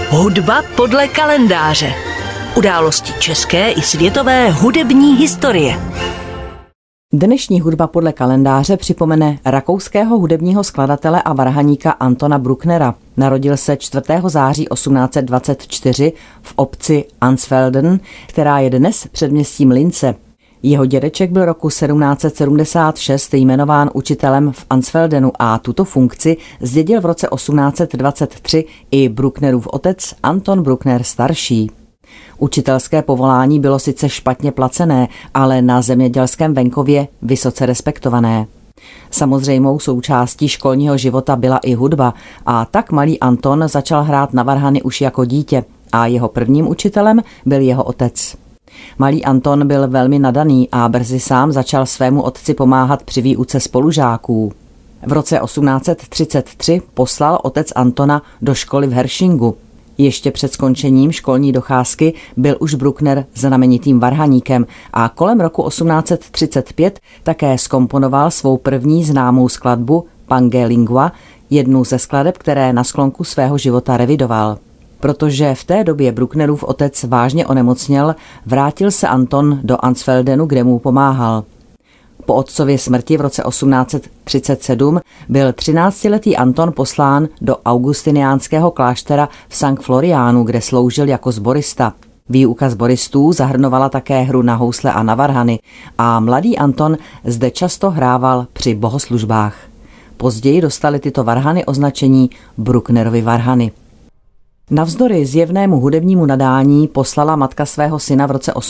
Hudba podle kalendáře. Události české i světové hudební historie. Dnešní hudba podle kalendáře připomene rakouského hudebního skladatele a varhaníka Antona Brucknera. Narodil se 4. září 1824 v obci Ansfelden, která je dnes předměstím Lince. Jeho dědeček byl roku 1776 jmenován učitelem v Ansfeldenu a tuto funkci zdědil v roce 1823 i Brucknerův otec Anton Bruckner starší. Učitelské povolání bylo sice špatně placené, ale na zemědělském venkově vysoce respektované. Samozřejmou součástí školního života byla i hudba a tak malý Anton začal hrát na varhany už jako dítě a jeho prvním učitelem byl jeho otec. Malý Anton byl velmi nadaný a brzy sám začal svému otci pomáhat při výuce spolužáků. V roce 1833 poslal otec Antona do školy v Heršingu. Ještě před skončením školní docházky byl už Bruckner znamenitým varhaníkem a kolem roku 1835 také zkomponoval svou první známou skladbu Pange Lingua, jednu ze skladeb, které na sklonku svého života revidoval. Protože v té době Brucknerův otec vážně onemocněl, vrátil se Anton do Ansfeldenu, kde mu pomáhal. Po otcově smrti v roce 1837 byl 13letý Anton poslán do augustiniánského kláštera v Sankt Floriánu, kde sloužil jako sborista. Výuka sboristů zahrnovala také hru na housle a na varhany a mladý Anton zde často hrával při bohoslužbách. Později dostaly tyto varhany označení Brucknerovy varhany. Navzdory zjevnému hudebnímu nadání poslala matka svého syna v roce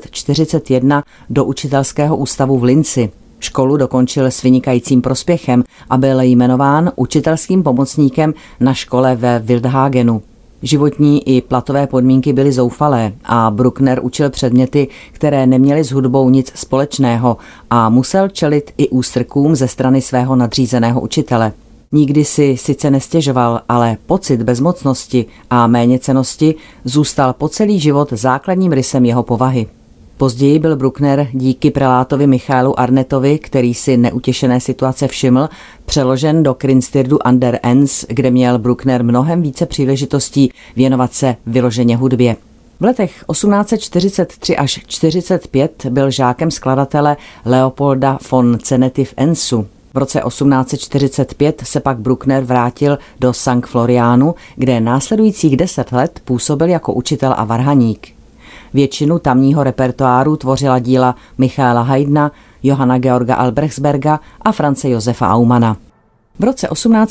1841 do učitelského ústavu v Linci. Školu dokončil s vynikajícím prospěchem a byl jmenován učitelským pomocníkem na škole ve Wildhagenu. Životní i platové podmínky byly zoufalé a Bruckner učil předměty, které neměly s hudbou nic společného a musel čelit i ústrkům ze strany svého nadřízeného učitele. Nikdy si sice nestěžoval, ale pocit bezmocnosti a méněcennosti zůstal po celý život základním rysem jeho povahy. Později byl Bruckner díky prelátovi Michaelu Arnettovi, který si neutěšené situace všiml, přeložen do Krinstirdu an der Enns, kde měl Bruckner mnohem více příležitostí věnovat se vyloženě hudbě. V letech 1843 až 1845 byl žákem skladatele Leopolda von Zenety v Ensu. V roce 1845 se pak Bruckner vrátil do Sankt Floriánu, kde následujících 10 let působil jako učitel a varhaník. Většinu tamního repertoáru tvořila díla Michaela Haydna, Johanna Georga Albrechtsberga a Franze Josefa Aumana. V roce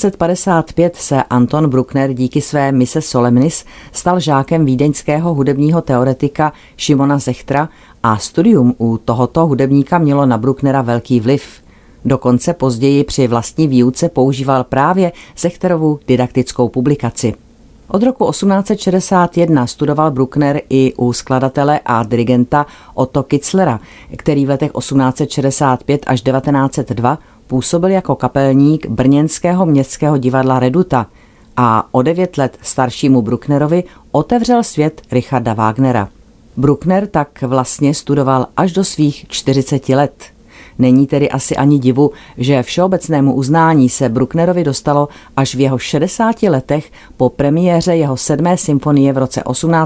1855 se Anton Bruckner díky své mise Solemnis stal žákem vídeňského hudebního teoretika Šimona Sechtra a studium u tohoto hudebníka mělo na Brucknera velký vliv. Dokonce později při vlastní výuce používal právě Sechterovu didaktickou publikaci. Od roku 1861 studoval Bruckner i u skladatele a dirigenta Otto Kitzlera, který v letech 1865 až 1902 působil jako kapelník brněnského městského divadla Reduta a o 9 let staršímu Brucknerovi otevřel svět Richarda Wagnera. Bruckner tak vlastně studoval až do svých 40 let. Není tedy asi ani divu, že všeobecnému uznání se Brucknerovi dostalo až v jeho 60 letech po premiéře jeho 7. symfonie v roce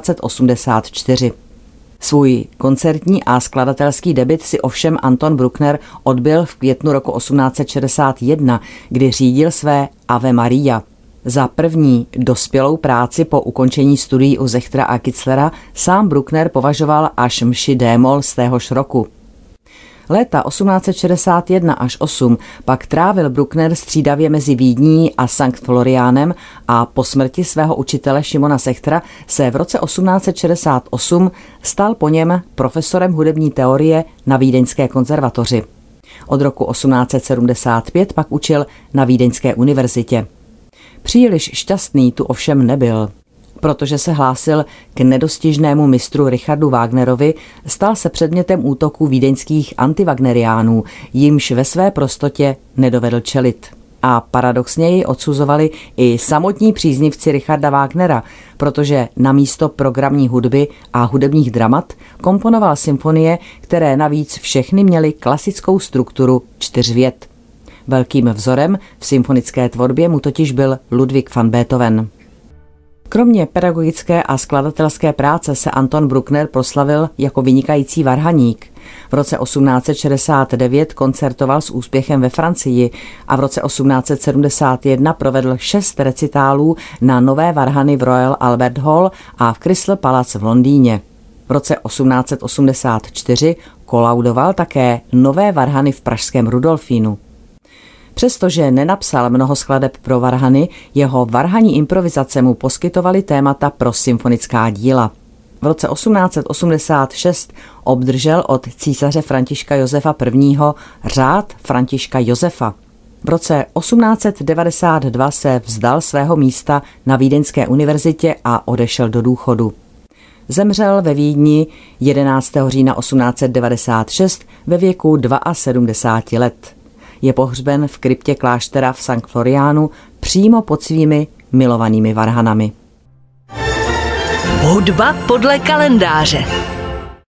1884. Svůj koncertní a skladatelský debut si ovšem Anton Bruckner odbyl v květnu roku 1861, kdy řídil své Ave Maria. Za první dospělou práci po ukončení studií u Sechtra a Kitzlera sám Bruckner považoval až mši d-moll z téhož roku. Léta 1861 až 8 pak trávil Bruckner střídavě mezi Vídní a Sankt Floriánem a po smrti svého učitele Šimona Sechtra se v roce 1868 stal po něm profesorem hudební teorie na Vídeňské konzervatoři. Od roku 1875 pak učil na Vídeňské univerzitě. Příliš šťastný tu ovšem nebyl. Protože se hlásil k nedostižnému mistru Richardu Wagnerovi, stal se předmětem útoků vídeňských antiwagneriánů, jimž ve své prostotě nedovedl čelit. A paradoxně ji odsuzovali i samotní příznivci Richarda Wagnera, protože namísto programní hudby a hudebních dramat komponoval symfonie, které navíc všechny měly klasickou strukturu 4 vět. Velkým vzorem v symfonické tvorbě mu totiž byl Ludwig van Beethoven. Kromě pedagogické a skladatelské práce se Anton Bruckner proslavil jako vynikající varhaník. V roce 1869 koncertoval s úspěchem ve Francii a v roce 1871 provedl 6 recitálů na nové varhany v Royal Albert Hall a v Crystal Palace v Londýně. V roce 1884 kolaudoval také nové varhany v pražském Rudolfínu. Přestože nenapsal mnoho skladeb pro varhany, jeho varhanní improvizace mu poskytovaly témata pro symfonická díla. V roce 1886 obdržel od císaře Františka Josefa I. řád Františka Josefa. V roce 1892 se vzdal svého místa na Vídeňské univerzitě a odešel do důchodu. Zemřel ve Vídni 11. října 1896 ve věku 72 let. Je pohřben v kryptě kláštera v Sankt Floriánu přímo pod svými milovanými varhanami. Hudba podle kalendáře.